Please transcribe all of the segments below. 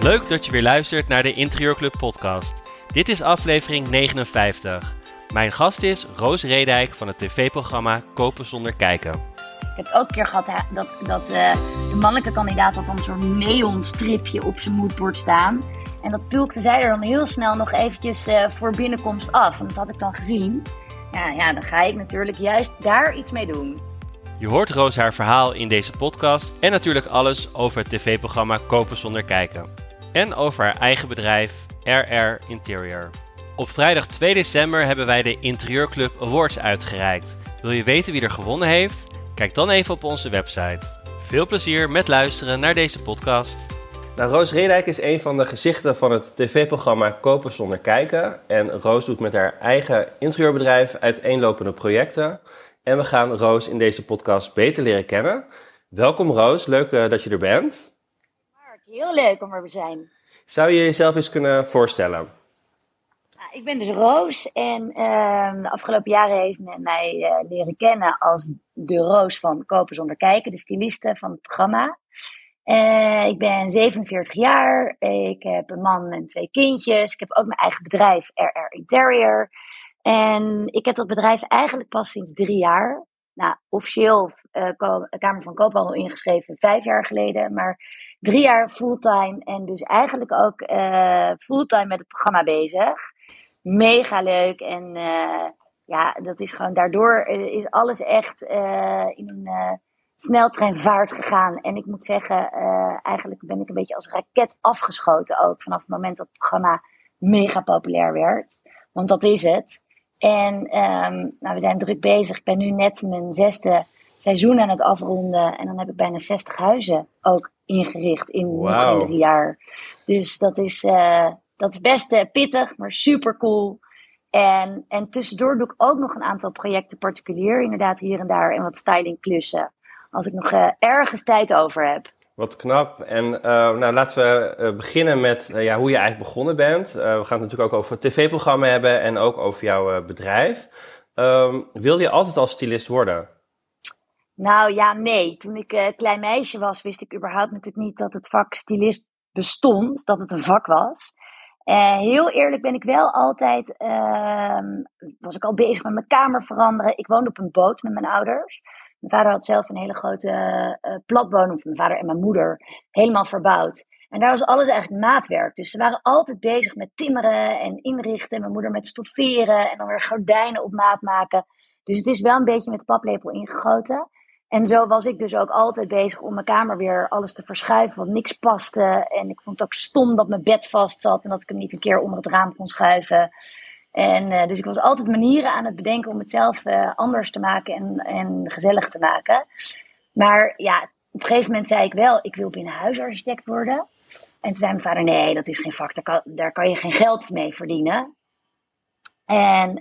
Leuk dat je weer luistert naar de Interieurclub podcast. Dit is aflevering 59. Mijn gast is Roos Redijk van het tv-programma Kopen zonder kijken. Ik heb het ook een keer gehad dat de mannelijke kandidaat had dan een soort neonstripje op zijn moodboard staan. En dat pulkte zij er dan heel snel nog eventjes voor binnenkomst af. En dat had ik dan gezien. Ja, dan ga ik natuurlijk juist daar iets mee doen. Je hoort Roos haar verhaal in deze podcast en natuurlijk alles over het tv-programma Kopen zonder kijken. En over haar eigen bedrijf RR Interior. Op vrijdag 2 december hebben wij de Interieurclub Awards uitgereikt. Wil je weten wie er gewonnen heeft? Kijk dan even op onze website. Veel plezier met luisteren naar deze podcast. Nou, Roos Redijk is een van de gezichten van het tv-programma Kopen zonder kijken. En Roos doet met haar eigen interieurbedrijf uiteenlopende projecten. En we gaan Roos in deze podcast beter leren kennen. Welkom Roos, leuk dat je er bent. Mark, heel leuk om er te zijn. Zou je jezelf eens kunnen voorstellen? Ik ben dus Roos en de afgelopen jaren heeft men mij leren kennen als de Roos van Kopen zonder kijken, de styliste van het programma. Ik ben 47 jaar, ik heb een man en 2 kindjes, ik heb ook mijn eigen bedrijf RR Interior. En ik heb dat bedrijf eigenlijk pas sinds 3 jaar. Nou, officieel Kamer van Koophandel ingeschreven 5 jaar geleden, maar 3 jaar fulltime en dus eigenlijk ook fulltime met het programma bezig. Mega leuk en dat is gewoon daardoor is alles echt in een sneltreinvaart gegaan. En ik moet zeggen, eigenlijk ben ik een beetje als raket afgeschoten ook vanaf het moment dat het programma mega populair werd. Want dat is het. En we zijn druk bezig. Ik ben nu net mijn 6e seizoen aan het afronden. En dan heb ik bijna 60 huizen ook ingericht in nog 3 jaar. Dus dat is best pittig, maar super cool. En tussendoor doe ik ook nog een aantal projecten particulier. Inderdaad hier en daar en wat stylingklussen. Als ik nog ergens tijd over heb. Wat knap. En laten we beginnen met hoe je eigenlijk begonnen bent. We gaan het natuurlijk ook over het tv-programma hebben en ook over jouw bedrijf. Wilde je altijd al stylist worden? Nou ja, nee. Toen ik klein meisje was, wist ik überhaupt natuurlijk niet dat het vak stylist bestond. Dat het een vak was. Heel eerlijk ben ik wel altijd, was ik al bezig met mijn kamer veranderen. Ik woonde op een boot met mijn ouders. Mijn vader had zelf een hele grote platwoning, mijn vader en mijn moeder, helemaal verbouwd. En daar was alles eigenlijk maatwerk. Dus ze waren altijd bezig met timmeren en inrichten. Mijn moeder met stofferen en dan weer gordijnen op maat maken. Dus het is wel een beetje met de paplepel ingegoten. En zo was ik dus ook altijd bezig om mijn kamer weer alles te verschuiven, want niks paste. En ik vond het ook stom dat mijn bed vast zat en dat ik hem niet een keer onder het raam kon schuiven. En dus ik was altijd manieren aan het bedenken om het zelf anders te maken en gezellig te maken. Maar ja, op een gegeven moment zei ik wel, ik wil binnenhuisarchitect worden. En toen zei mijn vader, nee, dat is geen vak, daar kan je geen geld mee verdienen. En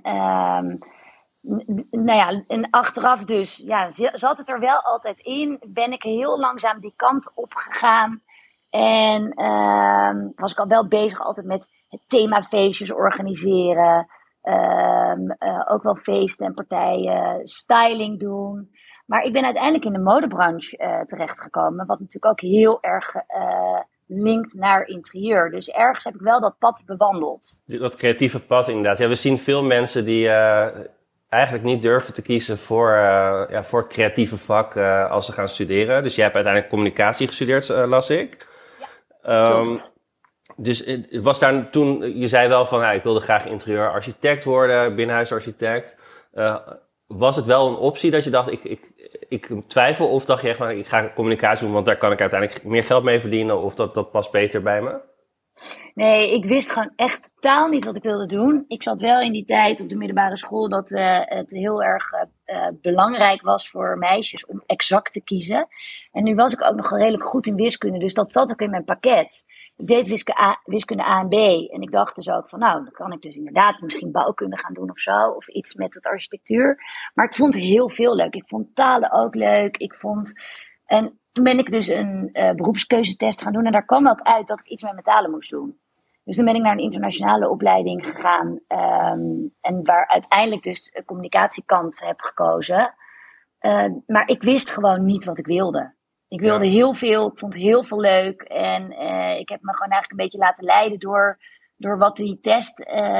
en achteraf dus, zat het er wel altijd in. Ben ik heel langzaam die kant op gegaan. En was ik al wel bezig altijd met het themafeestjes organiseren. Ook wel feesten en partijen, styling doen. Maar ik ben uiteindelijk in de modebranche terechtgekomen. Wat natuurlijk ook heel erg linkt naar interieur. Dus ergens heb ik wel dat pad bewandeld. Dat creatieve pad inderdaad. Ja, we zien veel mensen die eigenlijk niet durven te kiezen voor het creatieve vak als ze gaan studeren. Dus jij hebt uiteindelijk communicatie gestudeerd, las ik. Ja, klopt. Dus was daar toen, je zei wel van, ik wilde graag interieurarchitect worden, binnenhuisarchitect. Was het wel een optie dat je dacht, ik twijfel, of dacht je echt van, ik ga communicatie doen, want daar kan ik uiteindelijk meer geld mee verdienen, of dat past beter bij me? Nee, ik wist gewoon echt totaal niet wat ik wilde doen. Ik zat wel in die tijd op de middelbare school dat het heel erg belangrijk was voor meisjes om exact te kiezen. En nu was ik ook nog redelijk goed in wiskunde, dus dat zat ook in mijn pakket. Ik deed wiskunde A en B en ik dacht dus ook van dan kan ik dus inderdaad misschien bouwkunde gaan doen of zo. Of iets met het architectuur. Maar ik vond heel veel leuk. Ik vond talen ook leuk. En toen ben ik dus een beroepskeuzetest gaan doen. En daar kwam ook uit dat ik iets met metalen moest doen. Dus toen ben ik naar een internationale opleiding gegaan. En waar uiteindelijk dus de communicatiekant heb gekozen. Maar ik wist gewoon niet wat ik wilde. Ik wilde heel veel, ik vond heel veel leuk. En ik heb me gewoon eigenlijk een beetje laten leiden door wat die test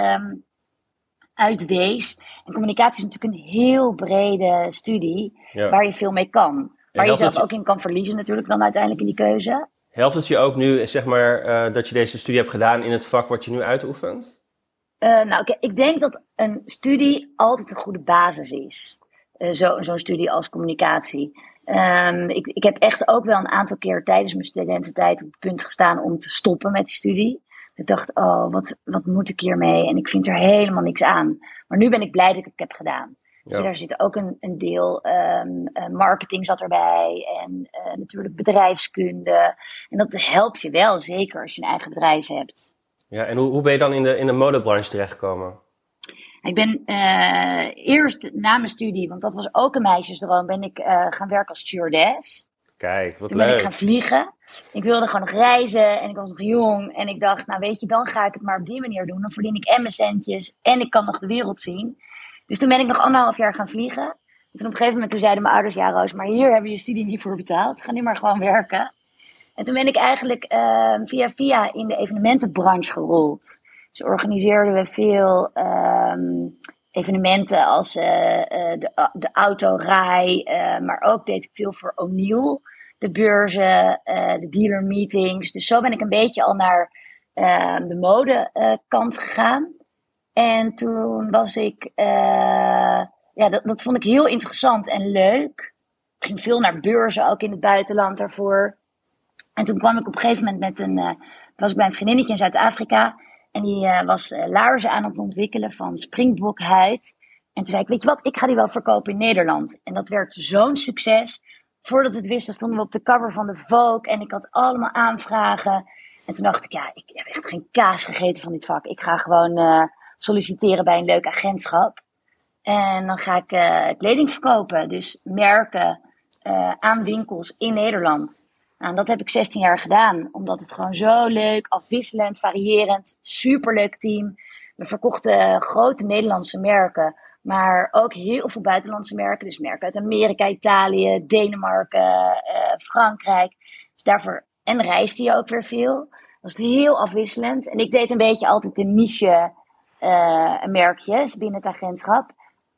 uitwees. En communicatie is natuurlijk een heel brede studie Ja. waar je veel mee kan. En Waar je helpt het zelf je, ook in kan verliezen natuurlijk dan uiteindelijk in die keuze. helpt het je ook nu, zeg maar, dat je deze studie hebt gedaan in het vak wat je nu uitoefent? Ik denk dat een studie altijd een goede basis is. Zo'n studie als communicatie. Ik heb echt ook wel een aantal keer tijdens mijn studententijd op het punt gestaan om te stoppen met die studie. Ik dacht, oh, wat moet ik hiermee? En ik vind er helemaal niks aan. Maar nu ben ik blij dat ik het heb gedaan. Dus Ja. daar zit ook een deel marketing zat erbij. En natuurlijk bedrijfskunde. En dat helpt je wel, zeker als je een eigen bedrijf hebt. Ja, en hoe ben je dan in de modebranche terechtgekomen? Ik ben eerst na mijn studie, want dat was ook een meisjesdroom, ben ik gaan werken als stewardess. Kijk, wat Toen ben ik leuk. gaan vliegen. Ik wilde gewoon nog reizen en ik was nog jong. En ik dacht, nou weet je, dan ga ik het maar op die manier doen. Dan verdien ik en mijn centjes en ik kan nog de wereld zien. Dus toen ben ik nog 1,5 jaar gaan vliegen. En toen op een gegeven moment toen zeiden mijn ouders, ja Roos, maar hier hebben we je studie niet voor betaald. Ga nu maar gewoon werken. En toen ben ik eigenlijk via in de evenementenbranche gerold. Dus organiseerden we veel evenementen als de autorij, maar ook deed ik veel voor O'Neill. De beurzen, de dealer meetings. Dus zo ben ik een beetje al naar de modekant gegaan. En toen was ik, dat vond ik heel interessant en leuk. Ik ging veel naar beurzen, ook in het buitenland daarvoor. En toen kwam ik op een gegeven moment was ik bij een vriendinnetje in Zuid-Afrika. En die was laarzen aan het ontwikkelen van springbokhuid. En toen zei ik, weet je wat, ik ga die wel verkopen in Nederland. En dat werd zo'n succes. Voordat we het wisten stonden we op de cover van de Vogue. En ik had allemaal aanvragen. En toen dacht ik, ja, ik heb echt geen kaas gegeten van dit vak. Ik ga gewoon solliciteren bij een leuk agentschap. En dan ga ik kleding verkopen. Dus merken aan winkels in Nederland. Nou, en dat heb ik 16 jaar gedaan, omdat het gewoon zo leuk, afwisselend, variërend, superleuk team. We verkochten grote Nederlandse merken, maar ook heel veel buitenlandse merken. Dus merken uit Amerika, Italië, Denemarken, Frankrijk. Dus daarvoor, en reisde je ook weer veel. Dat was heel afwisselend. En ik deed een beetje altijd de niche merkjes binnen het agentschap.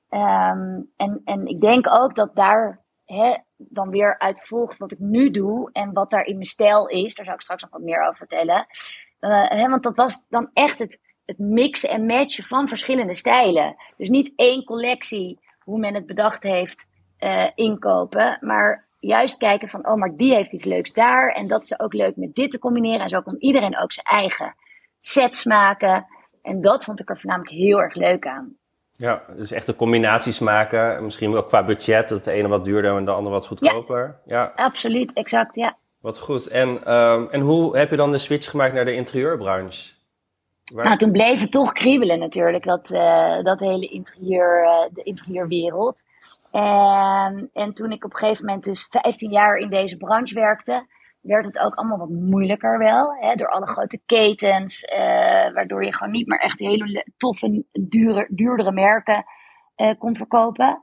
En ik denk ook dat daar dan weer uit volgt wat ik nu doe en wat daar in mijn stijl is. Daar zou ik straks nog wat meer over vertellen. Want dat was dan echt het mixen en matchen van verschillende stijlen. Dus niet één collectie, hoe men het bedacht heeft, inkopen. Maar juist kijken van, oh, maar die heeft iets leuks daar. En dat is ook leuk met dit te combineren. En zo kon iedereen ook zijn eigen sets maken. En dat vond ik er voornamelijk heel erg leuk aan. Ja, dus echt de combinaties maken. Misschien ook qua budget. Dat de ene wat duurder en de andere wat goedkoper. Ja, absoluut, exact, ja. Wat goed. En hoe heb je dan de switch gemaakt naar de interieurbranche? Nou, toen bleef het toch kriebelen natuurlijk, dat hele de interieurwereld. En toen ik op een gegeven moment dus 15 jaar in deze branche werkte, werd het ook allemaal wat moeilijker wel. Hè, door alle grote ketens, waardoor je gewoon niet meer echt hele toffe, duurdere merken kon verkopen.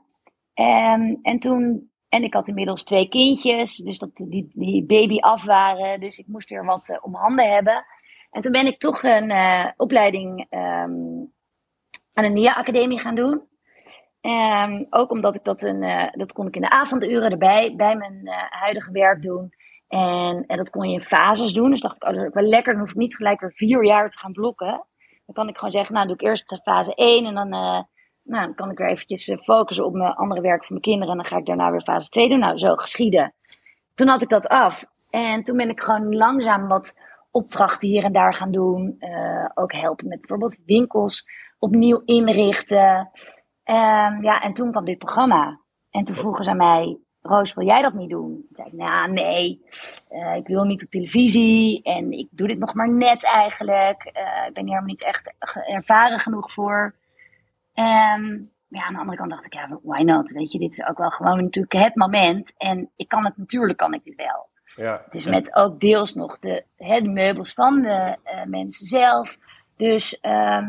En ik had inmiddels 2 kindjes, dus die baby af waren. Dus ik moest weer wat om handen hebben. En toen ben ik toch een opleiding aan een NIA-academie gaan doen. Ook omdat ik dat kon ik in de avonduren erbij, bij mijn huidige werk doen. En dat kon je in fases doen. Dus dacht ik, dat is ook wel lekker. Dan hoef ik niet gelijk weer 4 jaar te gaan blokken. Dan kan ik gewoon zeggen, nou doe ik eerst fase 1 en dan kan ik weer eventjes focussen op mijn andere werk voor mijn kinderen. En dan ga ik daarna weer fase 2 doen. Nou, zo geschieden. Toen had ik dat af. En toen ben ik gewoon langzaam wat opdrachten hier en daar gaan doen. Ook helpen met bijvoorbeeld winkels opnieuw inrichten. En toen kwam dit programma. En toen vroegen ze aan mij, Roos, wil jij dat niet doen? Toen zei ik, nou nee, ik wil niet op televisie. En ik doe dit nog maar net eigenlijk. Ik ben hier helemaal niet echt ervaren genoeg voor. Aan de andere kant dacht ik, ja, why not? Weet je, dit is ook wel gewoon natuurlijk het moment. En natuurlijk kan ik dit wel. Ja. Het is met ook deels nog de meubels van de mensen zelf. Dus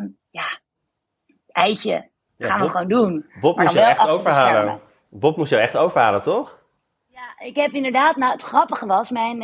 eitje gaan we gewoon doen. Bob moest je echt overhalen. Bob moest je echt overhalen, toch? Ja, ik heb inderdaad, nou het grappige was, mijn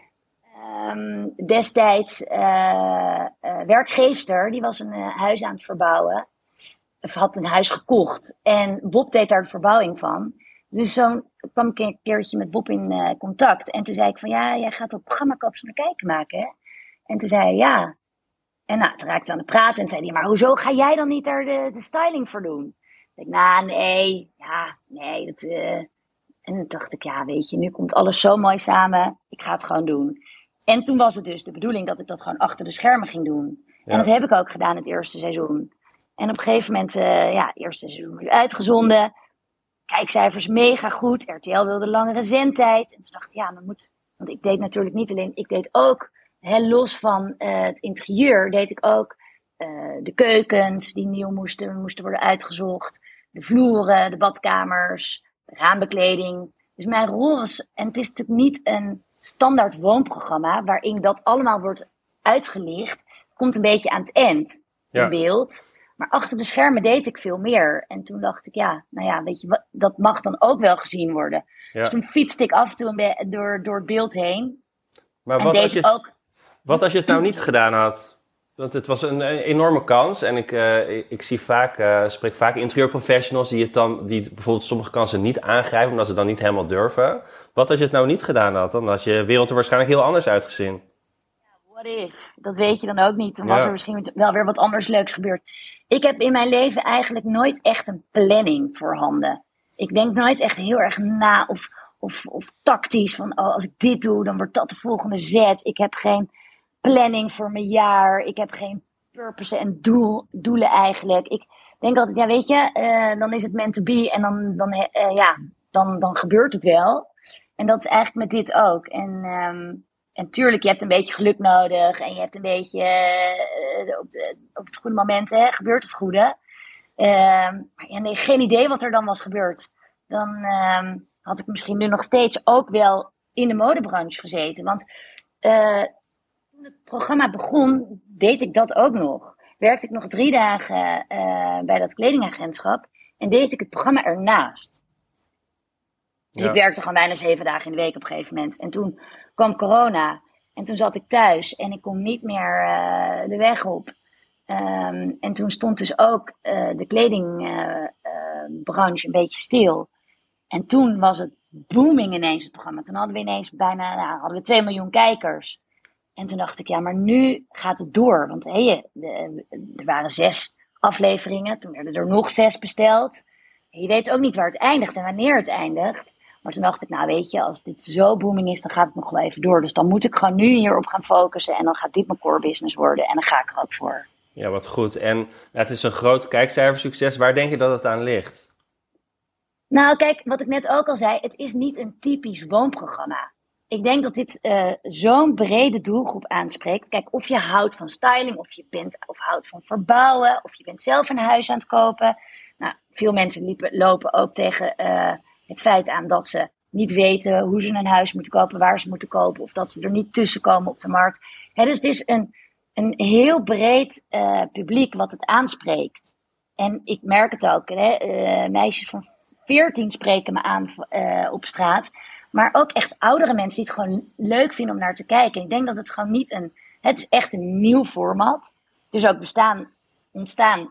destijds werkgeefster, die was een huis aan het verbouwen. Of had een huis gekocht. En Bob deed daar de verbouwing van. Dus zo kwam ik een keertje met Bob in contact. En toen zei ik van, ja, jij gaat dat programma Kopen zonder kijken maken, hè? En toen zei hij, ja. En nou, toen raakte we aan het praten. En zei hij, maar hoezo ga jij dan niet daar de styling voor doen? Toen dacht ik, nou, nee. Ja, nee, dat... En toen dacht ik, ja, weet je, nu komt alles zo mooi samen. Ik ga het gewoon doen. En toen was het dus de bedoeling dat ik dat gewoon achter de schermen ging doen. Ja. En dat heb ik ook gedaan het eerste seizoen. En op een gegeven moment, het eerste seizoen werd uitgezonden. Kijkcijfers mega goed. RTL wilde langere zendtijd. En toen dacht ik, ja, dan moet... Want ik deed natuurlijk niet alleen... Ik deed ook, los van het interieur, deed ik ook de keukens die nieuw moesten worden uitgezocht. De vloeren, de badkamers, de raambekleding. Dus mijn rol was... En het is natuurlijk niet een standaard woonprogramma waarin dat allemaal wordt uitgelicht. Komt een beetje aan het eind in beeld. Maar achter de schermen deed ik veel meer. En toen dacht ik, ja, nou ja, weet je wat, dat mag dan ook wel gezien worden. Ja. Dus toen fietste ik af en toe door het beeld heen. Maar wat als je het nou niet gedaan had? Want het was een enorme kans. En ik spreek vaak interieurprofessionals die bijvoorbeeld sommige kansen niet aangrijpen, omdat ze dan niet helemaal durven. Wat als je het nou niet gedaan had? Dan had je wereld er waarschijnlijk heel anders uitgezien. What if? Dat weet je dan ook niet. Dan was er misschien wel weer wat anders leuks gebeurd. Ik heb in mijn leven eigenlijk nooit echt een planning voorhanden. Ik denk nooit echt heel erg na of tactisch van, oh, als ik dit doe, dan wordt dat de volgende zet. Ik heb geen planning voor mijn jaar. Ik heb geen purpose en doelen eigenlijk. Ik denk altijd, ja, weet je, dan is het meant to be en dan gebeurt het wel. En dat is eigenlijk met dit ook. En tuurlijk, je hebt een beetje geluk nodig. En je hebt een beetje op het goede moment gebeurt het goede. Maar nee, geen idee wat er dan was gebeurd. Dan had ik misschien nu nog steeds ook wel in de modebranche gezeten. Want toen het programma begon, deed ik dat ook nog. Werkte ik nog 3 dagen bij dat kledingagentschap. En deed ik het programma ernaast. Dus ik werkte gewoon bijna 7 dagen in de week op een gegeven moment. En toen kwam corona. En toen zat ik thuis. En ik kon niet meer de weg op. En toen stond dus ook de kledingbranche een beetje stil. En toen was het booming ineens, het programma. Toen hadden we ineens hadden we 2 miljoen kijkers. En toen dacht ik, ja, maar nu gaat het door. Want er waren 6 afleveringen. Toen werden er nog 6 besteld. En je weet ook niet waar het eindigt en wanneer het eindigt. Maar toen dacht ik, nou weet je, als dit zo booming is, dan gaat het nog wel even door. Dus dan moet ik gewoon nu hierop gaan focussen. En dan gaat dit mijn core business worden. En dan ga ik er ook voor. Ja, wat goed. En het is een groot kijkcijfersucces. Waar denk je dat het aan ligt? Nou, kijk, wat ik net ook al zei. Het is niet een typisch woonprogramma. Ik denk dat dit zo'n brede doelgroep aanspreekt. Kijk, of je houdt van styling, of houdt van verbouwen, of je bent zelf een huis aan het kopen. Nou, veel mensen lopen ook tegen het feit aan dat ze niet weten hoe ze een huis moeten kopen, waar ze moeten kopen, of dat ze er niet tussenkomen op de markt. Dus het is een heel breed publiek wat het aanspreekt. En ik merk het ook. Meisjes van 14 spreken me aan op straat. Maar ook echt oudere mensen die het gewoon leuk vinden om naar te kijken. En ik denk dat het gewoon niet het is echt een nieuw format. Het is ook ontstaan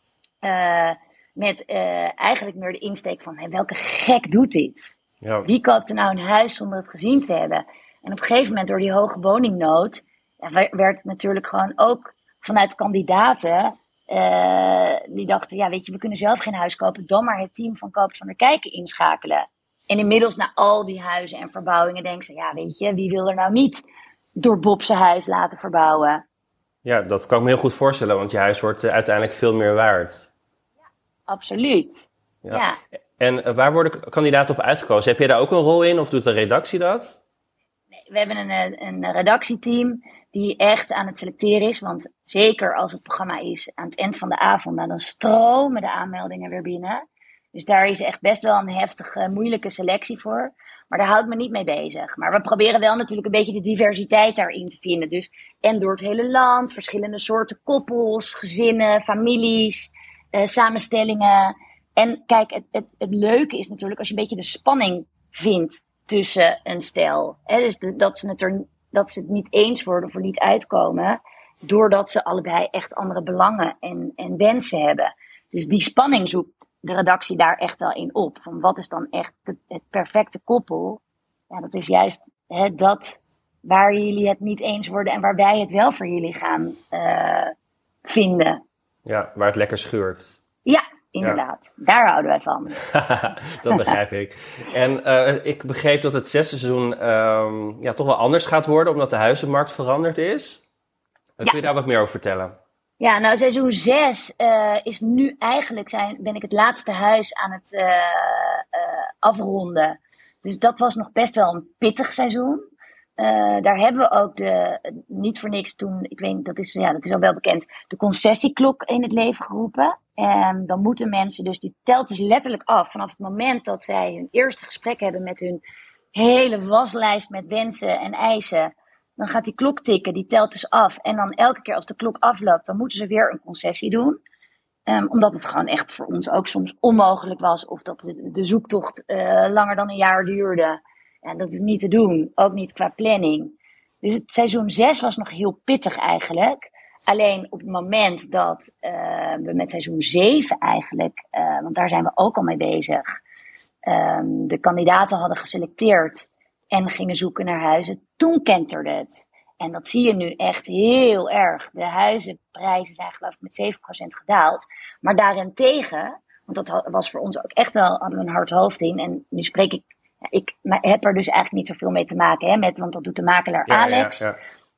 met eigenlijk meer de insteek van, welke gek doet dit? Ja. Wie koopt er nou een huis zonder het gezien te hebben? En op een gegeven moment door die hoge woningnood werd het natuurlijk gewoon ook vanuit kandidaten die dachten, ja weet je, we kunnen zelf geen huis kopen, dan maar het team van Kopen zonder kijken inschakelen. En inmiddels na al die huizen en verbouwingen denken ze, ja weet je, wie wil er nou niet door Bob zijn huis laten verbouwen? Ja, dat kan ik me heel goed voorstellen, want je huis wordt uiteindelijk veel meer waard. Ja, absoluut. Ja. En waar worden kandidaten op uitgekozen? Heb je daar ook een rol in of doet de redactie dat? Nee, we hebben een redactieteam die echt aan het selecteren is. Want zeker als het programma is aan het eind van de avond, dan stromen de aanmeldingen weer binnen. Dus daar is echt best wel een heftige, moeilijke selectie voor. Maar daar hou ik me niet mee bezig. Maar we proberen wel natuurlijk een beetje de diversiteit daarin te vinden. Dus en door het hele land, verschillende soorten koppels, gezinnen, families, samenstellingen. En kijk, het leuke is natuurlijk als je een beetje de spanning vindt tussen een stel. Dus dat ze het niet eens worden of er niet uitkomen, doordat ze allebei echt andere belangen en wensen hebben. Dus die spanning zoekt de redactie daar echt wel in op. Van wat is dan echt het perfecte koppel? Ja, dat is juist dat waar jullie het niet eens worden en waar wij het wel voor jullie gaan vinden. Ja, waar het lekker scheurt. Ja, inderdaad. Ja. Daar houden wij van. Dat begrijp ik. En ik begreep dat het 6e seizoen toch wel anders gaat worden, omdat de huizenmarkt veranderd is. Kun je daar wat meer over vertellen? Ja, nou seizoen 6 is nu eigenlijk ben ik het laatste huis aan het afronden. Dus dat was nog best wel een pittig seizoen. Daar hebben we ook niet voor niks toen, ik weet, dat is al wel bekend, de concessieklok in het leven geroepen. En dan moeten mensen die telt dus letterlijk af vanaf het moment dat zij hun eerste gesprek hebben met hun hele waslijst met wensen en eisen. Dan gaat die klok tikken, die telt dus af. En dan elke keer als de klok afloopt, dan moeten ze weer een concessie doen. Omdat het gewoon echt voor ons ook soms onmogelijk was. Of dat de zoektocht langer dan een jaar duurde. En dat is niet te doen, ook niet qua planning. Dus het seizoen 6 was nog heel pittig eigenlijk. Alleen op het moment dat we met seizoen 7 eigenlijk, want daar zijn we ook al mee bezig, de kandidaten hadden geselecteerd en gingen zoeken naar huizen, toen kenterde het. En dat zie je nu echt heel erg. De huizenprijzen zijn geloof ik met 7% gedaald. Maar daarentegen, want dat was voor ons ook echt wel, hadden we een hard hoofd in. En nu spreek ik heb er dus eigenlijk niet zoveel mee te maken, want dat doet de makelaar Alex. Ja.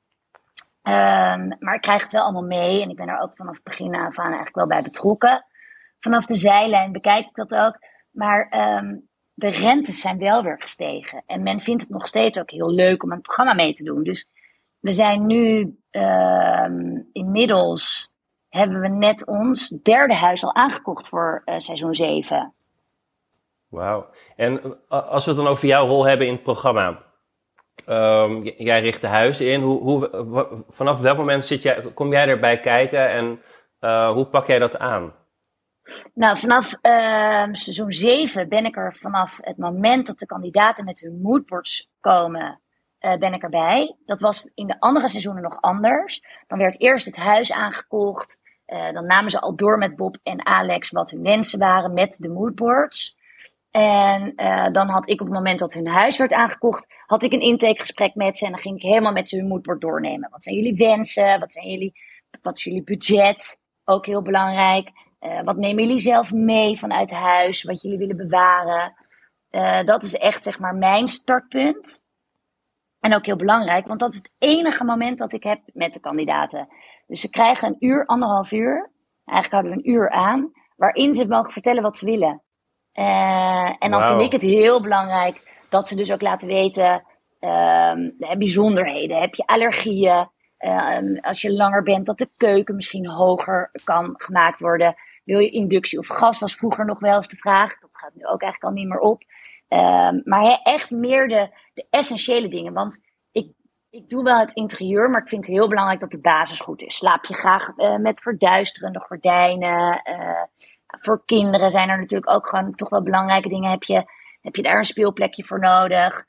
Maar ik krijg het wel allemaal mee en ik ben er ook vanaf het begin af aan eigenlijk wel bij betrokken. Vanaf de zijlijn bekijk ik dat ook. Maar de rentes zijn wel weer gestegen. En men vindt het nog steeds ook heel leuk om een programma mee te doen. Dus we zijn nu inmiddels, hebben we net ons 3e huis al aangekocht voor seizoen 7. Wauw. En als we het dan over jouw rol hebben in het programma. Jij richt de huizen in. Vanaf welk moment kom jij erbij kijken en hoe pak jij dat aan? Nou, vanaf seizoen 7 ben ik er vanaf het moment dat de kandidaten met hun moodboards komen, ben ik erbij. Dat was in de andere seizoenen nog anders. Dan werd eerst het huis aangekocht. Dan namen ze al door met Bob en Alex wat hun wensen waren met de moodboards. En dan had ik op het moment dat hun huis werd aangekocht, had ik een intakegesprek met ze. En dan ging ik helemaal met ze hun moodboard doornemen. Wat zijn jullie wensen? Wat is jullie budget? Ook heel belangrijk. Wat nemen jullie zelf mee vanuit huis? Wat jullie willen bewaren? Dat is echt zeg maar mijn startpunt. En ook heel belangrijk, want dat is het enige moment dat ik heb met de kandidaten. Dus ze krijgen een uur, 1,5 uur. Eigenlijk houden we een uur aan. Waarin ze mogen vertellen wat ze willen. En dan vind ik het heel belangrijk dat ze dus ook laten weten bijzonderheden. Heb je allergieën? Als je langer bent, dat de keuken misschien hoger kan gemaakt worden. Wil je inductie of gas? Was vroeger nog wel eens de vraag. Dat gaat nu ook eigenlijk al niet meer op. Maar echt meer de essentiële dingen. Want ik doe wel het interieur, maar ik vind het heel belangrijk dat de basis goed is. Slaap je graag met verduisterende gordijnen? Voor kinderen zijn er natuurlijk ook gewoon toch wel belangrijke dingen. Heb je daar een speelplekje voor nodig?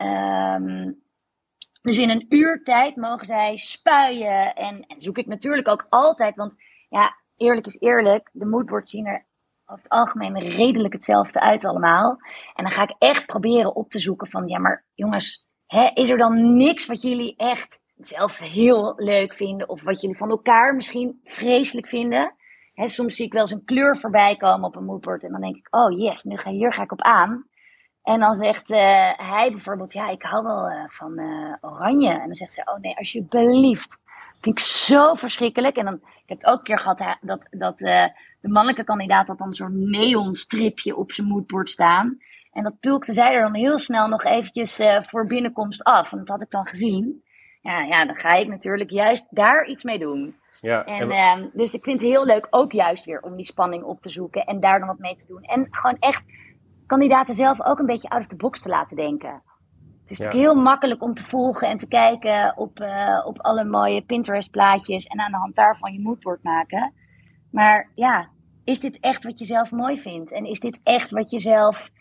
Dus in een uur tijd mogen zij spuien. En zoek ik natuurlijk ook altijd. Want ja, eerlijk is eerlijk. De moodboards zien er over het algemeen redelijk hetzelfde uit allemaal. En dan ga ik echt proberen op te zoeken van, ja maar jongens, is er dan niks wat jullie echt zelf heel leuk vinden? Of wat jullie van elkaar misschien vreselijk vinden? Soms zie ik wel eens een kleur voorbij komen op een moodboard. En dan denk ik, oh yes, hier ga ik op aan. En dan zegt hij bijvoorbeeld, ja, ik hou wel van oranje. En dan zegt ze, oh nee, alsjeblieft. Vind ik zo verschrikkelijk. En dan, ik heb het ook een keer gehad dat de mannelijke kandidaat had dan zo'n neonstripje op zijn moodboard staan. En dat pulkte zij er dan heel snel nog eventjes voor binnenkomst af. En dat had ik dan gezien. Ja, dan ga ik natuurlijk juist daar iets mee doen. Ja, dus ik vind het heel leuk ook juist weer om die spanning op te zoeken. En daar dan wat mee te doen. En gewoon echt kandidaten zelf ook een beetje out of the box te laten denken. Het is natuurlijk heel makkelijk om te volgen en te kijken op alle mooie Pinterest plaatjes. En aan de hand daarvan je moodboard maken. Maar ja, is dit echt wat je zelf mooi vindt? En is dit echt wat je zelf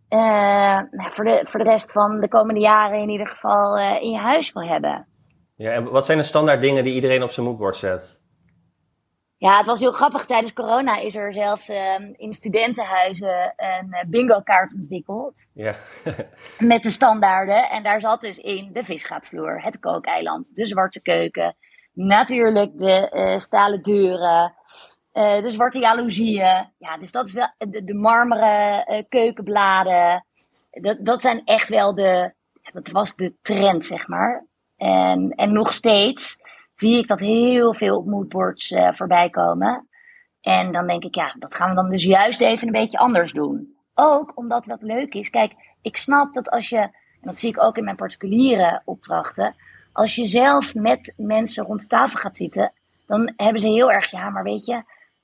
voor de rest van de komende jaren in ieder geval in je huis wil hebben. Ja, en wat zijn de standaard dingen die iedereen op zijn moodboard zet? Ja, het was heel grappig. Tijdens corona is er zelfs in studentenhuizen een bingo-kaart ontwikkeld. Ja. Met de standaarden. En daar zat dus in de visgaatvloer, het kookeiland, de zwarte keuken. Natuurlijk de stalen deuren, de zwarte jaloezieën. Ja, dus dat is wel de marmeren keukenbladen. Dat zijn echt wel dat was de trend, zeg maar. En nog steeds zie ik dat heel veel op moodboards voorbij komen. En dan denk ik, ja, dat gaan we dan dus juist even een beetje anders doen. Ook omdat wat leuk is. Kijk, ik snap dat als je, en dat zie ik ook in mijn particuliere opdrachten, als je zelf met mensen rond de tafel gaat zitten, dan hebben ze heel erg, ja, maar weet je,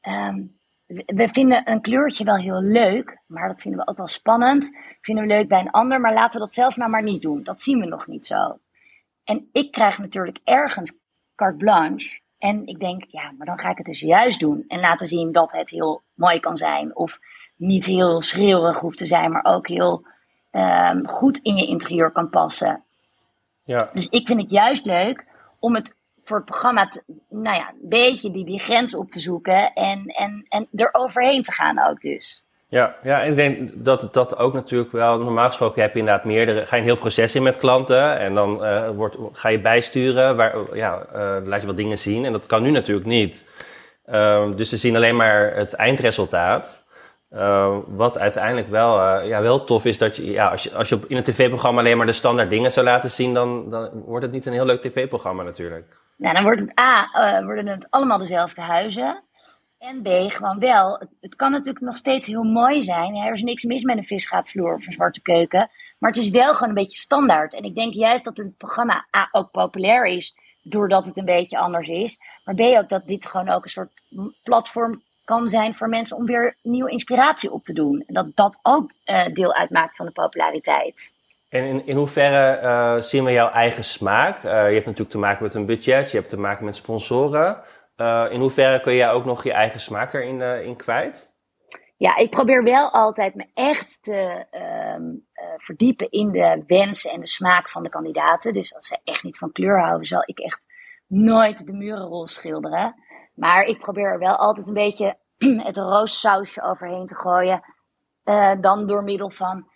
we vinden een kleurtje wel heel leuk, maar dat vinden we ook wel spannend. Vinden we leuk bij een ander, maar laten we dat zelf nou maar niet doen. Dat zien we nog niet zo. En ik krijg natuurlijk ergens carte blanche. En ik denk, ja, maar dan ga ik het dus juist doen. En laten zien dat het heel mooi kan zijn. Of niet heel schreeuwerig hoeft te zijn, maar ook heel goed in je interieur kan passen. Ja. Dus ik vind het juist leuk om het voor het programma een beetje die grens op te zoeken. En er overheen te gaan ook dus. Ja, ik denk dat dat ook natuurlijk wel, normaal gesproken heb je inderdaad ga je een heel proces in met klanten en dan ga je bijsturen, laat je wat dingen zien en dat kan nu natuurlijk niet. Dus ze zien alleen maar het eindresultaat. Wat uiteindelijk wel tof is, dat je, als je in een tv-programma alleen maar de standaard dingen zou laten zien, dan wordt het niet een heel leuk tv-programma natuurlijk. Nou, dan worden het allemaal dezelfde huizen. En B, gewoon wel. Het kan natuurlijk nog steeds heel mooi zijn. Er is niks mis met een visgaatvloer of een zwarte keuken. Maar het is wel gewoon een beetje standaard. En ik denk juist dat het programma A ook populair is, doordat het een beetje anders is. Maar B ook dat dit gewoon ook een soort platform kan zijn voor mensen om weer nieuwe inspiratie op te doen. En dat dat ook deel uitmaakt van de populariteit. En in hoeverre zien we jouw eigen smaak? Je hebt natuurlijk te maken met een budget, je hebt te maken met sponsoren. In hoeverre kun jij ook nog je eigen smaak erin in kwijt? Ja, ik probeer wel altijd me echt te verdiepen in de wensen en de smaak van de kandidaten. Dus als ze echt niet van kleur houden, zal ik echt nooit de murenrol schilderen. Maar ik probeer er wel altijd een beetje het roossausje overheen te gooien. Dan door middel van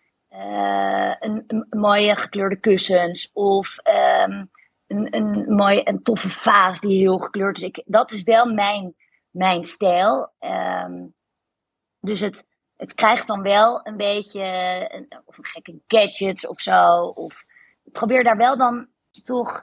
een mooie gekleurde kussens of een mooie en toffe vaas die heel gekleurd is. Dat is wel mijn stijl. Dus het krijgt dan wel een beetje of een gekke gadgets of zo. Of ik probeer daar wel dan toch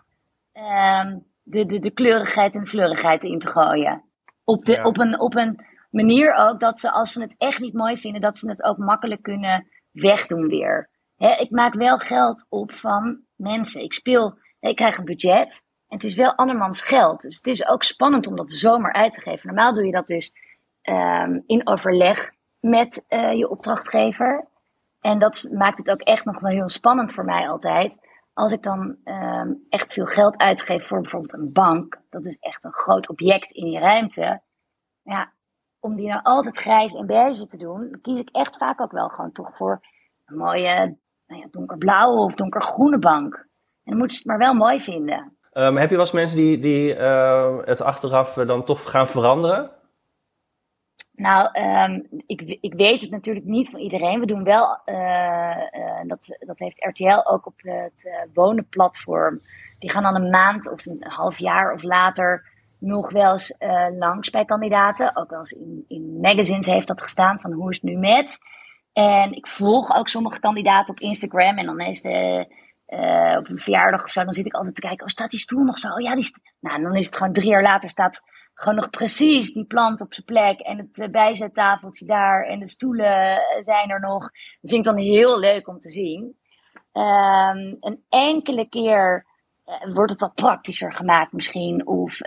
de kleurigheid en de fleurigheid in te gooien. Op een manier ook dat ze, als ze het echt niet mooi vinden, dat ze het ook makkelijk kunnen wegdoen weer. Ik maak wel geld op van mensen. Ik krijg een budget en het is wel andermans geld. Dus het is ook spannend om dat zomaar uit te geven. Normaal doe je dat dus in overleg met je opdrachtgever. En dat maakt het ook echt nog wel heel spannend voor mij altijd. Als ik dan echt veel geld uitgeef voor bijvoorbeeld een bank. Dat is echt een groot object in die ruimte. Ja, om die nou altijd grijs en beige te doen, dan kies ik echt vaak ook wel gewoon toch voor een mooie donkerblauwe of donkergroene bank. En dan moeten ze het maar wel mooi vinden. Heb je wel eens mensen die het achteraf dan toch gaan veranderen? Nou, ik weet het natuurlijk niet van iedereen. We doen wel, dat heeft RTL ook op het wonenplatform. Die gaan dan een maand of een half jaar of later nog wel eens langs bij kandidaten. Ook wel eens in magazines heeft dat gestaan van hoe is het nu met. En ik volg ook sommige kandidaten op Instagram. En dan is op een verjaardag of zo, dan zit ik altijd te kijken, staat die stoel nog zo? Oh, ja, dan is het gewoon 3 jaar later staat gewoon nog precies die plant op zijn plek. En het bijzettafeltje daar. En de stoelen zijn er nog. Dat vind ik dan heel leuk om te zien. Een enkele keer wordt het wat praktischer gemaakt misschien. Of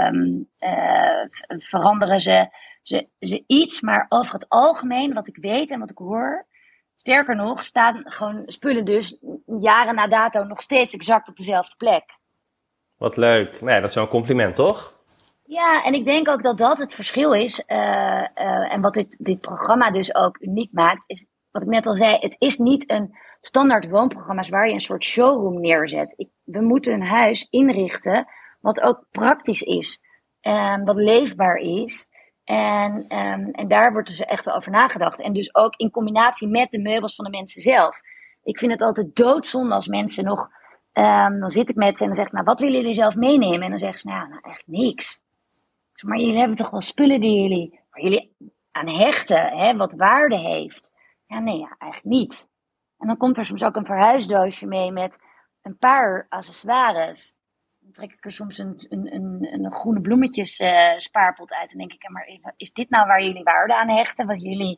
veranderen ze iets. Maar over het algemeen, wat ik weet en wat ik hoor. Sterker nog, staan gewoon spullen dus jaren na dato nog steeds exact op dezelfde plek. Wat leuk. Nee, dat is wel een compliment, toch? Ja, en ik denk ook dat dat het verschil is. En wat dit programma dus ook uniek maakt, is wat ik net al zei, het is niet een standaard woonprogramma's waar je een soort showroom neerzet. We moeten een huis inrichten wat ook praktisch is, wat leefbaar is. En daar wordt dus echt wel over nagedacht. En dus ook in combinatie met de meubels van de mensen zelf. Ik vind het altijd doodzonde als mensen nog... dan zit ik met ze en dan zeg ik, nou, wat willen jullie zelf meenemen? En dan zeggen ze, nou eigenlijk niks. Maar jullie hebben toch wel spullen waar jullie aan hechten, hè, wat waarde heeft? Ja, nee, ja, eigenlijk niet. En dan komt er soms ook een verhuisdoosje mee met een paar accessoires. Dan trek ik er soms een groene bloemetjes spaarpot uit. En denk ik, ja, maar is dit nou waar jullie waarde aan hechten? Wat jullie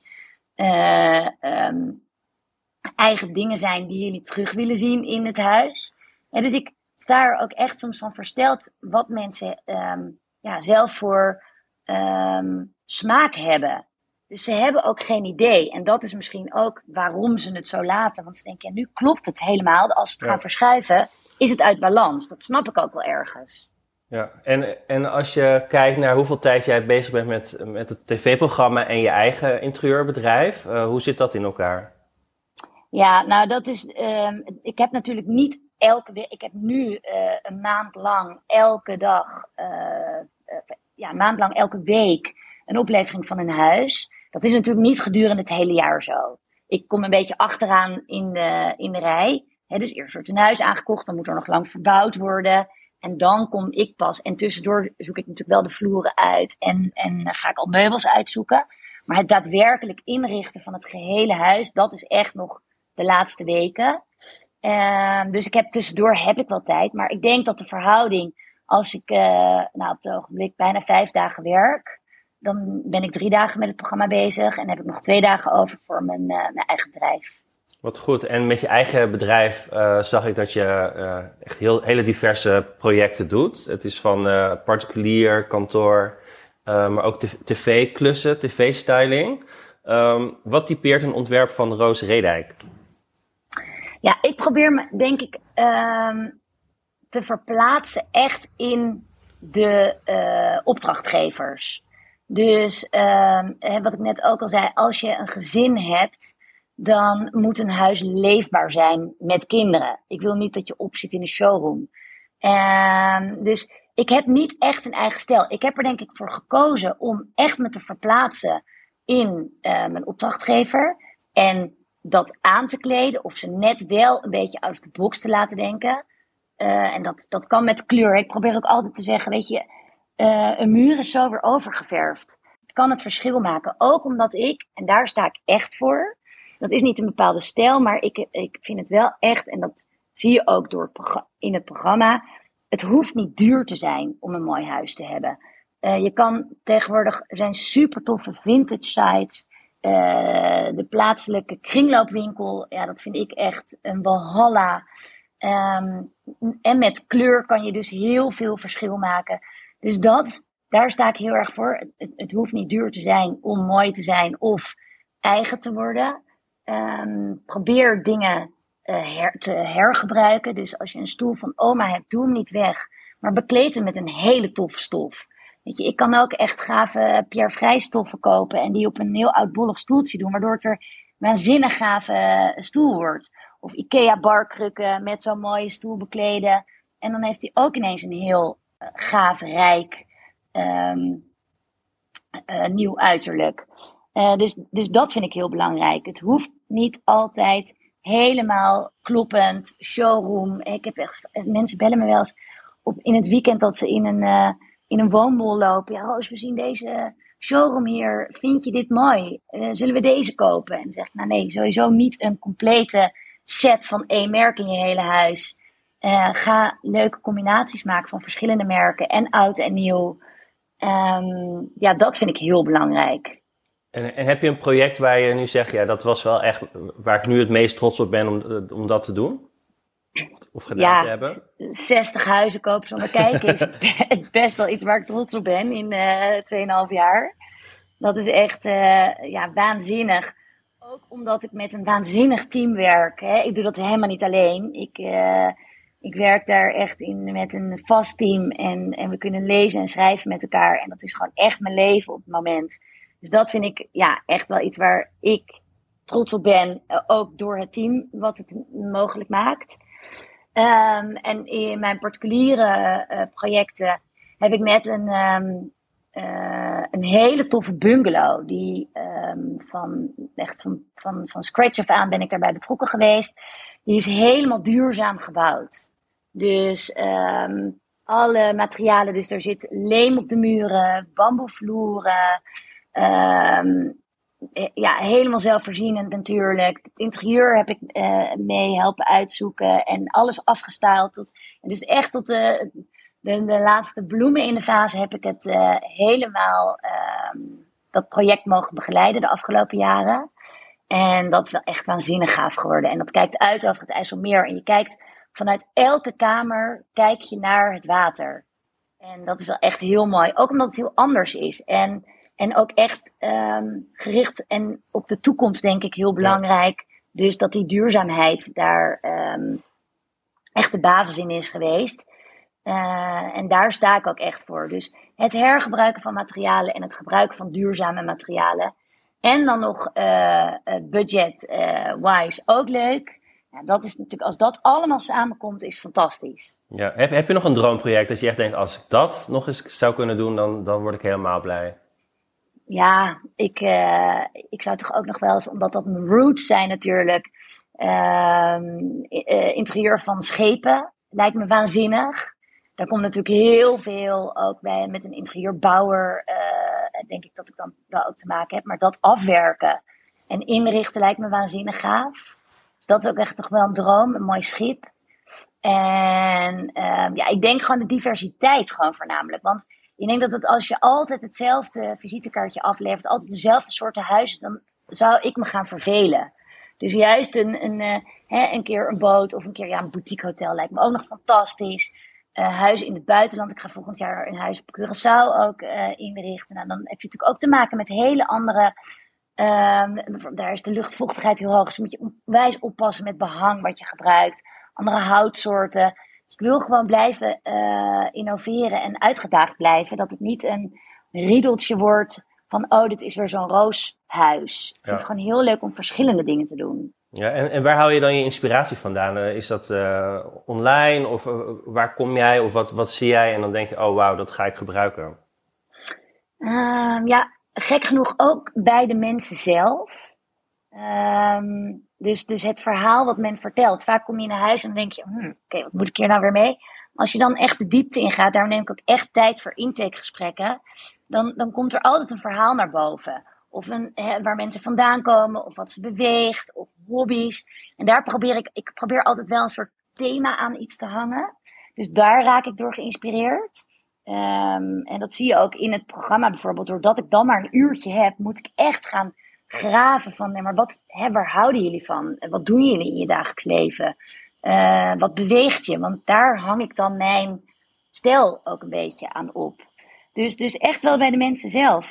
eigen dingen zijn die jullie terug willen zien in het huis? Ja, dus ik sta er ook echt soms van versteld wat mensen zelf voor smaak hebben. Dus ze hebben ook geen idee. En dat is misschien ook waarom ze het zo laten. Want ze denken, ja, nu klopt het helemaal. Als ze het gaan verschuiven, is het uit balans. Dat snap ik ook wel ergens. Ja, en als je kijkt naar hoeveel tijd jij bezig bent met het tv-programma en je eigen interieurbedrijf, hoe zit dat in elkaar? Ja, nou dat is... ik heb natuurlijk niet elke week... Ik heb nu een maand lang elke dag... een maand lang elke week een oplevering van een huis. Dat is natuurlijk niet gedurende het hele jaar zo. Ik kom een beetje achteraan in de rij. Dus eerst wordt een huis aangekocht, dan moet er nog lang verbouwd worden. En dan kom ik pas. En tussendoor zoek ik natuurlijk wel de vloeren uit. En ga ik al meubels uitzoeken. Maar het daadwerkelijk inrichten van het gehele huis, dat is echt nog de laatste weken. Dus tussendoor heb ik wel tijd. Maar ik denk dat de verhouding, als ik op het ogenblik bijna 5 dagen werk, dan ben ik 3 dagen met het programma bezig. En heb ik nog 2 dagen over voor mijn eigen bedrijf. Wat goed. En met je eigen bedrijf zag ik dat je echt hele diverse projecten doet. Het is van particulier, kantoor, maar ook tv-klussen, tv-styling. Wat typeert een ontwerp van Roos Redijk? Ja, ik probeer me, denk ik, te verplaatsen echt in de opdrachtgevers. Dus wat ik net ook al zei, als je een gezin hebt, dan moet een huis leefbaar zijn met kinderen. Ik wil niet dat je opzit in een showroom. Dus ik heb niet echt een eigen stijl. Ik heb er denk ik voor gekozen om echt me te verplaatsen in mijn opdrachtgever. En dat aan te kleden of ze net wel een beetje out of the box te laten denken. En dat kan met kleur. Ik probeer ook altijd te zeggen, weet je, een muur is zo weer overgeverfd. Het kan het verschil maken. Ook omdat en daar sta ik echt voor. Dat is niet een bepaalde stijl, maar ik vind het wel echt, en dat zie je ook in het programma. Het hoeft niet duur te zijn om een mooi huis te hebben. Je kan tegenwoordig, er zijn super toffe vintage sites. De plaatselijke kringloopwinkel, ja, dat vind ik echt een walhalla. En met kleur kan je dus heel veel verschil maken. Dus daar sta ik heel erg voor. Het hoeft niet duur te zijn om mooi te zijn of eigen te worden. Probeer dingen te hergebruiken. Dus als je een stoel van oma hebt, doe hem niet weg. Maar bekleed hem met een hele toffe stof. Weet je, ik kan ook echt gave Pierre Vrij stoffen kopen en die op een heel oudbollig stoeltje doen, waardoor het weer een waanzinnig gave stoel wordt. Of Ikea barkrukken met zo'n mooie stoel bekleden. En dan heeft hij ook ineens een heel gaaf, rijk, nieuw uiterlijk. Dus dat vind ik heel belangrijk. Het hoeft niet altijd helemaal kloppend, showroom. Mensen bellen me wel eens in het weekend dat ze in een woonmol lopen. Ja, Roos, we zien deze showroom hier. Vind je dit mooi? Zullen we deze kopen? En dan zeg ik, nou nee, sowieso niet een complete set van één merk in je hele huis. Ga leuke combinaties maken van verschillende merken en oud en nieuw. Dat vind ik heel belangrijk. En heb je een project waar je nu zegt, ja, dat was wel echt waar ik nu het meest trots op ben om dat te doen? Of gedaan te hebben? 60 huizen kopen zonder kijken is best wel iets waar ik trots op ben in 2,5 jaar. Dat is echt waanzinnig. Ook omdat ik met een waanzinnig team werk. Hè. Ik doe dat helemaal niet alleen. Ik werk daar echt met een vast team. En we kunnen lezen en schrijven met elkaar. En dat is gewoon echt mijn leven op het moment. Dus dat vind ik echt wel iets waar ik trots op ben. Ook door het team wat het mogelijk maakt. En in mijn particuliere projecten heb ik net een hele toffe bungalow. Die van scratch af aan ben ik daarbij betrokken geweest. Die is helemaal duurzaam gebouwd. Dus alle materialen, dus er zit leem op de muren, bamboevloeren. Ja, helemaal zelfvoorzienend natuurlijk. Het interieur heb ik mee helpen uitzoeken en alles afgestyled. Dus echt tot de laatste bloemen in de vaas heb ik het helemaal dat project mogen begeleiden de afgelopen jaren. En dat is wel echt waanzinnig gaaf geworden. En dat kijkt uit over het IJsselmeer. En je kijkt vanuit elke kamer kijk je naar het water. En dat is wel echt heel mooi. Ook omdat het heel anders is. En ook echt gericht en op de toekomst denk ik heel belangrijk. Dus dat die duurzaamheid daar echt de basis in is geweest. En daar sta ik ook echt voor. Dus het hergebruiken van materialen en het gebruiken van duurzame materialen. En dan nog budget-wise ook leuk. Ja, dat is natuurlijk, als dat allemaal samenkomt, is fantastisch. Ja. Heb je nog een droomproject dat je echt denkt, als ik dat nog eens zou kunnen doen, dan word ik helemaal blij? Ja, ik zou toch ook nog wel eens, omdat dat mijn roots zijn natuurlijk, interieur van schepen lijkt me waanzinnig. Daar komt natuurlijk heel veel ook bij met een interieurbouwer, denk ik dat ik dan wel ook te maken heb. Maar dat afwerken en inrichten lijkt me waanzinnig gaaf. Dus dat is ook echt toch wel een droom, een mooi schip. En ja, ik denk gewoon de diversiteit gewoon voornamelijk. Want ik denk dat het, als je altijd hetzelfde visitekaartje aflevert, altijd dezelfde soorten huizen, dan zou ik me gaan vervelen. Dus juist een keer een boot of een keer een boutique hotel lijkt me ook nog fantastisch. Huizen in het buitenland. Ik ga volgend jaar een huis op Curaçao ook inrichten. Nou, dan heb je natuurlijk ook te maken met hele andere. Daar is de luchtvochtigheid heel hoog. Dus moet je onwijs oppassen met behang wat je gebruikt. Andere houtsoorten. Dus ik wil gewoon blijven innoveren en uitgedaagd blijven. Dat het niet een riedeltje wordt van, oh, dit is weer zo'n rooshuis. Ik vind het gewoon heel leuk om verschillende dingen te doen. Ja, en waar haal je dan je inspiratie vandaan? Is dat online of waar kom jij of wat zie jij en dan denk je, oh wauw, dat ga ik gebruiken? Ja, gek genoeg ook bij de mensen zelf. Dus het verhaal wat men vertelt. Vaak kom je naar huis en dan denk je, oké, wat moet ik hier nou weer mee? Als je dan echt de diepte ingaat, daarom neem ik ook echt tijd voor intakegesprekken. Dan komt er altijd een verhaal naar boven. Of waar mensen vandaan komen, of wat ze beweegt, of hobby's. En daar probeer ik probeer altijd wel een soort thema aan iets te hangen. Dus daar raak ik door geïnspireerd. En dat zie je ook in het programma bijvoorbeeld. Doordat ik dan maar een uurtje heb, moet ik echt gaan graven van, nee, maar waar houden jullie van? Wat doen jullie in je dagelijks leven? Wat beweegt je? Want daar hang ik dan mijn stijl ook een beetje aan op. Dus echt wel bij de mensen zelf.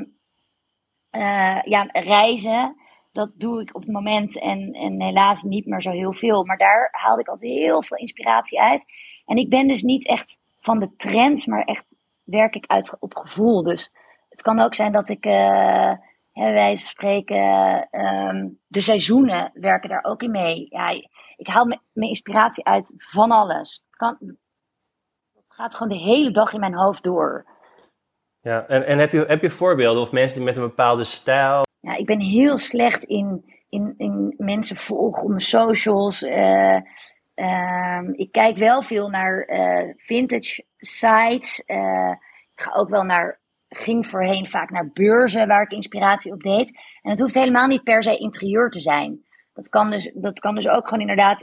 Ja, reizen, dat doe ik op het moment en helaas niet meer zo heel veel. Maar daar haalde ik altijd heel veel inspiratie uit. En ik ben dus niet echt van de trends, maar echt werk ik uit op gevoel. Dus het kan ook zijn dat ik, wij spreken, de seizoenen werken daar ook in mee. Ja, ik haal mijn inspiratie uit van alles. Het gaat gewoon de hele dag in mijn hoofd door. Ja, en heb je voorbeelden of mensen die met een bepaalde stijl? Ja, ik ben heel slecht in mensen volgen op mijn socials. Ik kijk wel veel naar vintage sites. Ik ga ook wel ging voorheen vaak naar beurzen waar ik inspiratie op deed. En het hoeft helemaal niet per se interieur te zijn. Dat kan dus ook gewoon inderdaad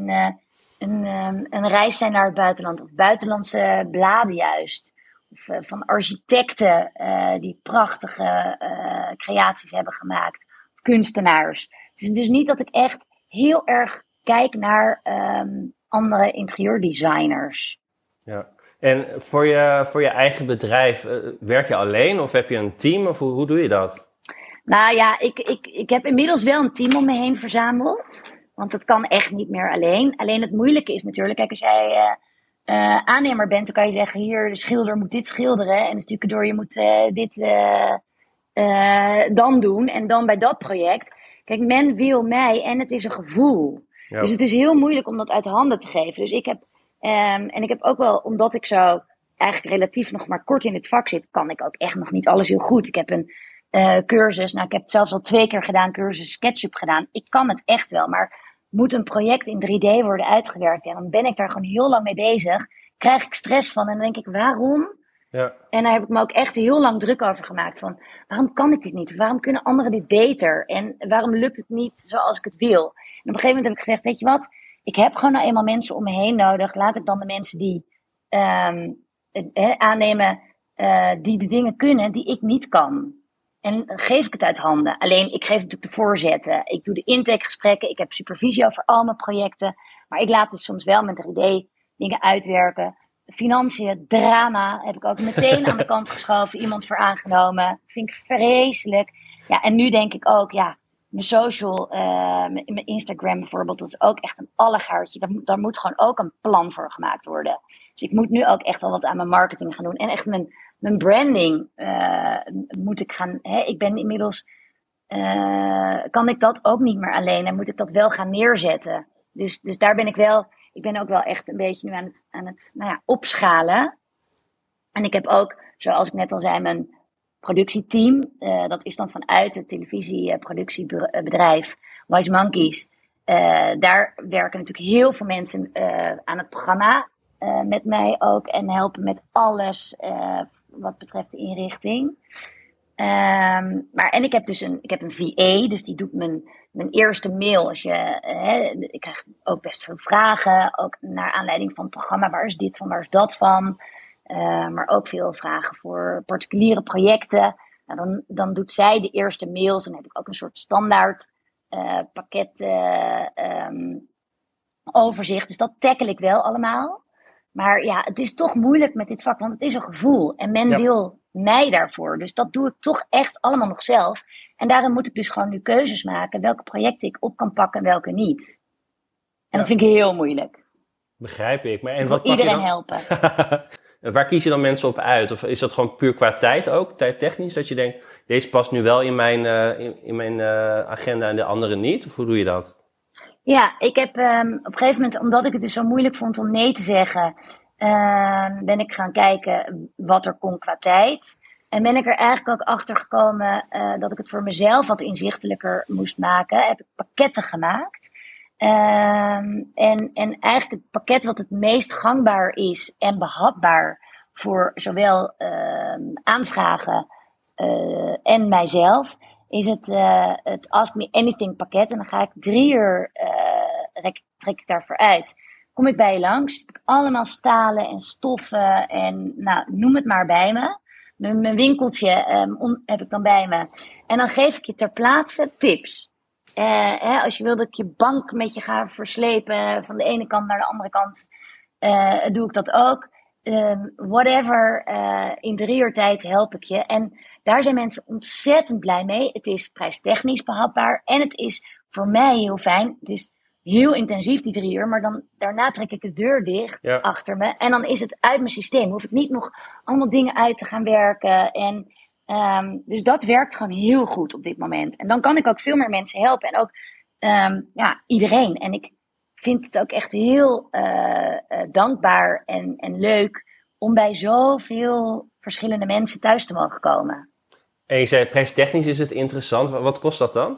een reis zijn naar het buitenland. Of buitenlandse bladen juist. Of van architecten die prachtige creaties hebben gemaakt. Kunstenaars. Het is dus niet dat ik echt heel erg kijk naar andere interieurdesigners. Ja. En voor je eigen bedrijf, werk je alleen of heb je een team? Of hoe doe je dat? Nou ja, ik heb inmiddels wel een team om me heen verzameld. Want dat kan echt niet meer alleen. Alleen het moeilijke is natuurlijk, kijk, als jij aannemer bent, dan kan je zeggen, hier, de schilder moet dit schilderen. En de stucadoor, je moet dit dan doen. En dan bij dat project. Kijk, men wil mij en het is een gevoel. Ja. Dus het is heel moeilijk om dat uit handen te geven. Dus ik heb, en ik heb ook wel, omdat ik zo eigenlijk relatief nog maar kort in het vak zit, kan ik ook echt nog niet alles heel goed. Ik heb een cursus, ik heb het zelfs al 2 keer gedaan, cursus SketchUp gedaan. Ik kan het echt wel, maar moet een project in 3D worden uitgewerkt? Ja, dan ben ik daar gewoon heel lang mee bezig. Krijg ik stress van en dan denk ik, waarom? Ja. En daar heb ik me ook echt heel lang druk over gemaakt. Van, waarom kan ik dit niet? Waarom kunnen anderen dit beter? En waarom lukt het niet zoals ik het wil? En op een gegeven moment heb ik gezegd, weet je wat? Ik heb gewoon nou eenmaal mensen om me heen nodig. Laat ik dan de mensen die aannemen die de dingen kunnen die ik niet kan. En dan geef ik het uit handen. Alleen, ik geef natuurlijk de voorzetten. Ik doe de intakegesprekken. Ik heb supervisie over al mijn projecten. Maar ik laat het soms wel met 3D dingen uitwerken. Financiën, drama, heb ik ook meteen aan de kant geschoven. Iemand voor aangenomen. Vind ik vreselijk. Ja, en nu denk ik ook, ja, mijn social, mijn Instagram bijvoorbeeld, dat is ook echt een allegaartje. Daar moet gewoon ook een plan voor gemaakt worden. Dus ik moet nu ook echt wel wat aan mijn marketing gaan doen. En echt mijn branding moet ik gaan. Ik ben inmiddels, kan ik dat ook niet meer alleen. En moet ik dat wel gaan neerzetten. Dus daar ben ik wel. Ik ben ook wel echt een beetje nu aan het opschalen. En ik heb ook, zoals ik net al zei, mijn productieteam. Dat is dan vanuit het televisieproductiebedrijf Wise Monkeys. Daar werken natuurlijk heel veel mensen aan het programma. Met mij ook. En helpen met alles wat betreft de inrichting. En ik heb dus een VA, dus die doet mijn eerste mail. Ik krijg ook best veel vragen, ook naar aanleiding van het programma. Waar is dit van, waar is dat van? Maar ook veel vragen voor particuliere projecten. Nou, dan doet zij de eerste mails. Dan heb ik ook een soort standaard pakket overzicht. Dus dat tackle ik wel allemaal. Maar ja, het is toch moeilijk met dit vak, want het is een gevoel. En men wil mij daarvoor. Dus dat doe ik toch echt allemaal nog zelf. En daarom moet ik dus gewoon nu keuzes maken welke projecten ik op kan pakken en welke niet. En dat vind ik heel moeilijk. Begrijp ik. Maar en Ik wat wil iedereen dan helpen. Waar kies je dan mensen op uit? Of is dat gewoon puur qua tijd ook, tijdtechnisch? Dat je denkt, deze past nu wel in mijn agenda en de andere niet? Of hoe doe je dat? Ja, ik heb op een gegeven moment, omdat ik het dus zo moeilijk vond om nee te zeggen, ben ik gaan kijken wat er kon qua tijd. En ben ik er eigenlijk ook achter gekomen dat ik het voor mezelf wat inzichtelijker moest maken. Heb ik pakketten gemaakt. En eigenlijk het pakket wat het meest gangbaar is en behapbaar voor zowel aanvragen en mijzelf, is het Ask Me Anything pakket. En dan ga ik 3 uur, trek ik daarvoor uit. Kom ik bij je langs, heb ik allemaal stalen en stoffen en noem het maar bij me. Mijn winkeltje heb ik dan bij me. En dan geef ik je ter plaatse tips. Als je wil dat ik je bank met je ga verslepen van de ene kant naar de andere kant, doe ik dat ook. Whatever, in 3 uur tijd help ik je. En daar zijn mensen ontzettend blij mee. Het is prijstechnisch behapbaar en het is voor mij heel fijn. Het is heel intensief die 3 uur, maar dan daarna trek ik de deur dicht achter me. En dan is het uit mijn systeem. Hoef ik niet nog allemaal dingen uit te gaan werken. En dus dat werkt gewoon heel goed op dit moment. En dan kan ik ook veel meer mensen helpen. En ook iedereen. En ik vind het ook echt heel dankbaar en leuk om bij zoveel verschillende mensen thuis te mogen komen. En je zei, prijstechnisch is het interessant. Wat kost dat dan?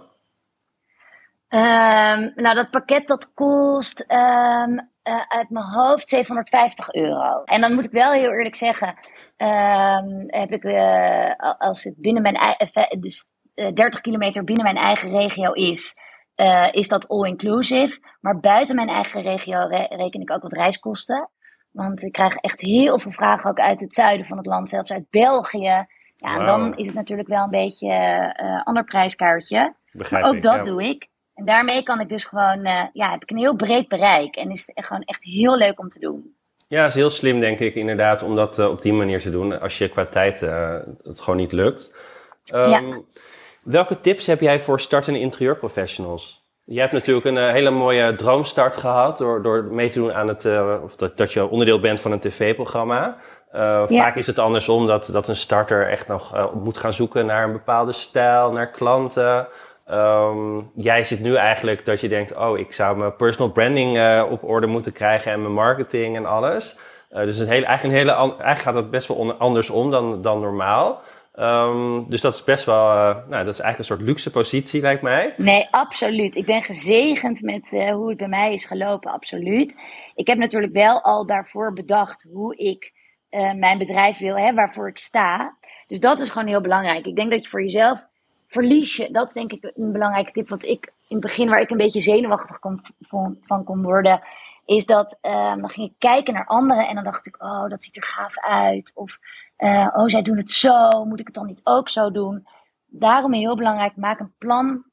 Dat pakket dat kost uit mijn hoofd €750. En dan moet ik wel heel eerlijk zeggen, heb ik, als het binnen mijn dus 30 kilometer binnen mijn eigen regio is dat all-inclusive. Maar buiten mijn eigen regio reken ik ook wat reiskosten. Want ik krijg echt heel veel vragen ook uit het zuiden van het land, zelfs uit België. Ja, en dan is het natuurlijk wel een beetje ander prijskaartje. Begrijp maar ook ik, dat doe ik. En daarmee kan ik dus gewoon, heb ik een heel breed bereik. En is het gewoon echt heel leuk om te doen. Ja, het is heel slim denk ik inderdaad om dat op die manier te doen. Als je qua tijd het gewoon niet lukt. Welke tips heb jij voor startende interieurprofessionals? Je hebt natuurlijk een hele mooie droomstart gehad door mee te doen aan dat je onderdeel bent van een tv-programma. Vaak is het andersom dat een starter echt nog moet gaan zoeken naar een bepaalde stijl, naar klanten. Jij zit nu eigenlijk dat je denkt, ik zou mijn personal branding op orde moeten krijgen en mijn marketing en alles. Dus eigenlijk gaat het best wel andersom dan normaal. Dus dat is best wel, dat is eigenlijk een soort luxe positie, lijkt mij. Nee, absoluut. Ik ben gezegend met hoe het bij mij is gelopen, absoluut. Ik heb natuurlijk wel al daarvoor bedacht hoe ik mijn bedrijf wil, waarvoor ik sta. Dus dat is gewoon heel belangrijk. Ik denk dat je voor jezelf verlies je. Dat is denk ik een belangrijke tip. Wat ik in het begin, waar ik een beetje zenuwachtig van kon worden, is dat dan ging ik kijken naar anderen en dan dacht ik, dat ziet er gaaf uit. Of, zij doen het zo, moet ik het dan niet ook zo doen? Daarom heel belangrijk, maak een plan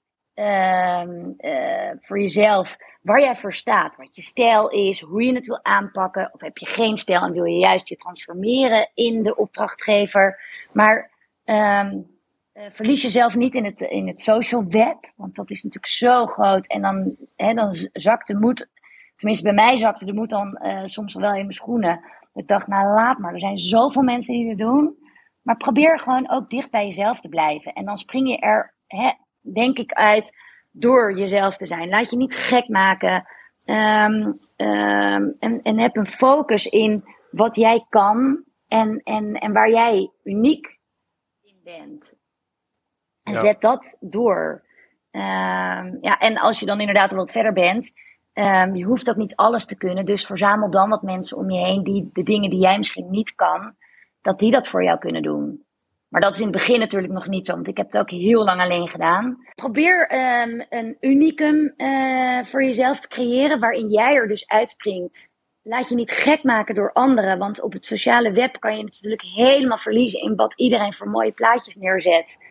voor jezelf, waar jij voor staat. Wat je stijl is, hoe je het wil aanpakken. Of heb je geen stijl en wil je juist je transformeren in de opdrachtgever. Maar verlies jezelf niet in het social web, want dat is natuurlijk zo groot. En dan zakt de moed, tenminste bij mij zakte de moed dan soms wel in mijn schoenen. Ik dacht, laat maar, er zijn zoveel mensen die het doen. Maar probeer gewoon ook dicht bij jezelf te blijven. En dan spring je er, denk ik, uit door jezelf te zijn. Laat je niet gek maken. En heb een focus in wat jij kan en waar jij uniek in bent. En zet dat door. En als je dan inderdaad wat verder bent, je hoeft ook niet alles te kunnen. Dus verzamel dan wat mensen om je heen die de dingen die jij misschien niet kan, dat die dat voor jou kunnen doen. Maar dat is in het begin natuurlijk nog niet zo, want ik heb het ook heel lang alleen gedaan. Probeer een unicum voor jezelf te creëren waarin jij er dus uitspringt. Laat je niet gek maken door anderen, want op het sociale web kan je natuurlijk helemaal verliezen in wat iedereen voor mooie plaatjes neerzet.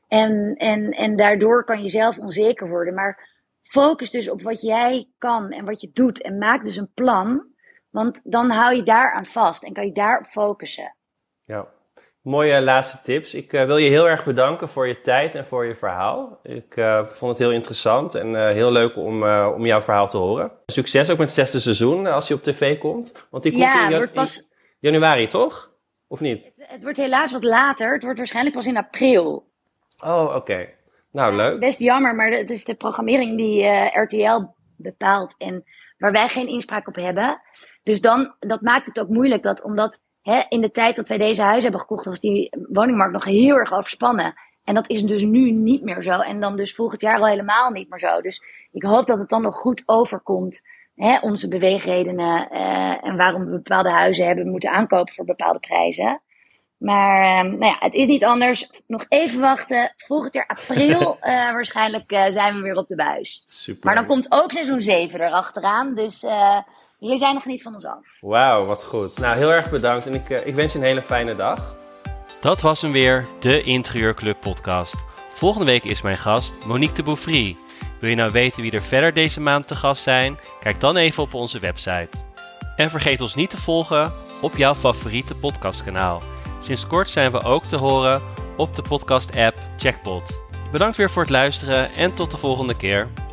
En daardoor kan je zelf onzeker worden. Maar focus dus op wat jij kan en wat je doet. En maak dus een plan, want dan hou je daar aan vast en kan je daarop focussen. Ja, mooie laatste tips. Ik wil je heel erg bedanken voor je tijd en voor je verhaal. Ik vond het heel interessant en heel leuk om jouw verhaal te horen. Succes ook met het 6e seizoen als je op tv komt. Want die komt in januari, toch? Of niet? Het wordt helaas wat later. Het wordt waarschijnlijk pas in april. Oh, oké. Nou, leuk. Best jammer, maar het is de programmering die RTL bepaalt en waar wij geen inspraak op hebben. Dus dat maakt het ook moeilijk, omdat in de tijd dat wij deze huis hebben gekocht, was die woningmarkt nog heel erg overspannen. En dat is dus nu niet meer zo. En dan dus volgend jaar al helemaal niet meer zo. Dus ik hoop dat het dan nog goed overkomt. Onze beweegredenen en waarom we bepaalde huizen hebben moeten aankopen voor bepaalde prijzen. Maar het is niet anders. Nog even wachten. Volgend jaar april waarschijnlijk zijn we weer op de buis. Super. Maar dan komt ook seizoen 7 erachteraan. Dus jullie zijn nog niet van ons af. Wauw, wat goed. Nou, heel erg bedankt. En ik wens je een hele fijne dag. Dat was hem weer, de Interieurclub podcast. Volgende week is mijn gast Monique de Bouffry. Wil je nou weten wie er verder deze maand te gast zijn? Kijk dan even op onze website. En vergeet ons niet te volgen op jouw favoriete podcastkanaal. Sinds kort zijn we ook te horen op de podcast-app Checkpot. Bedankt weer voor het luisteren en tot de volgende keer.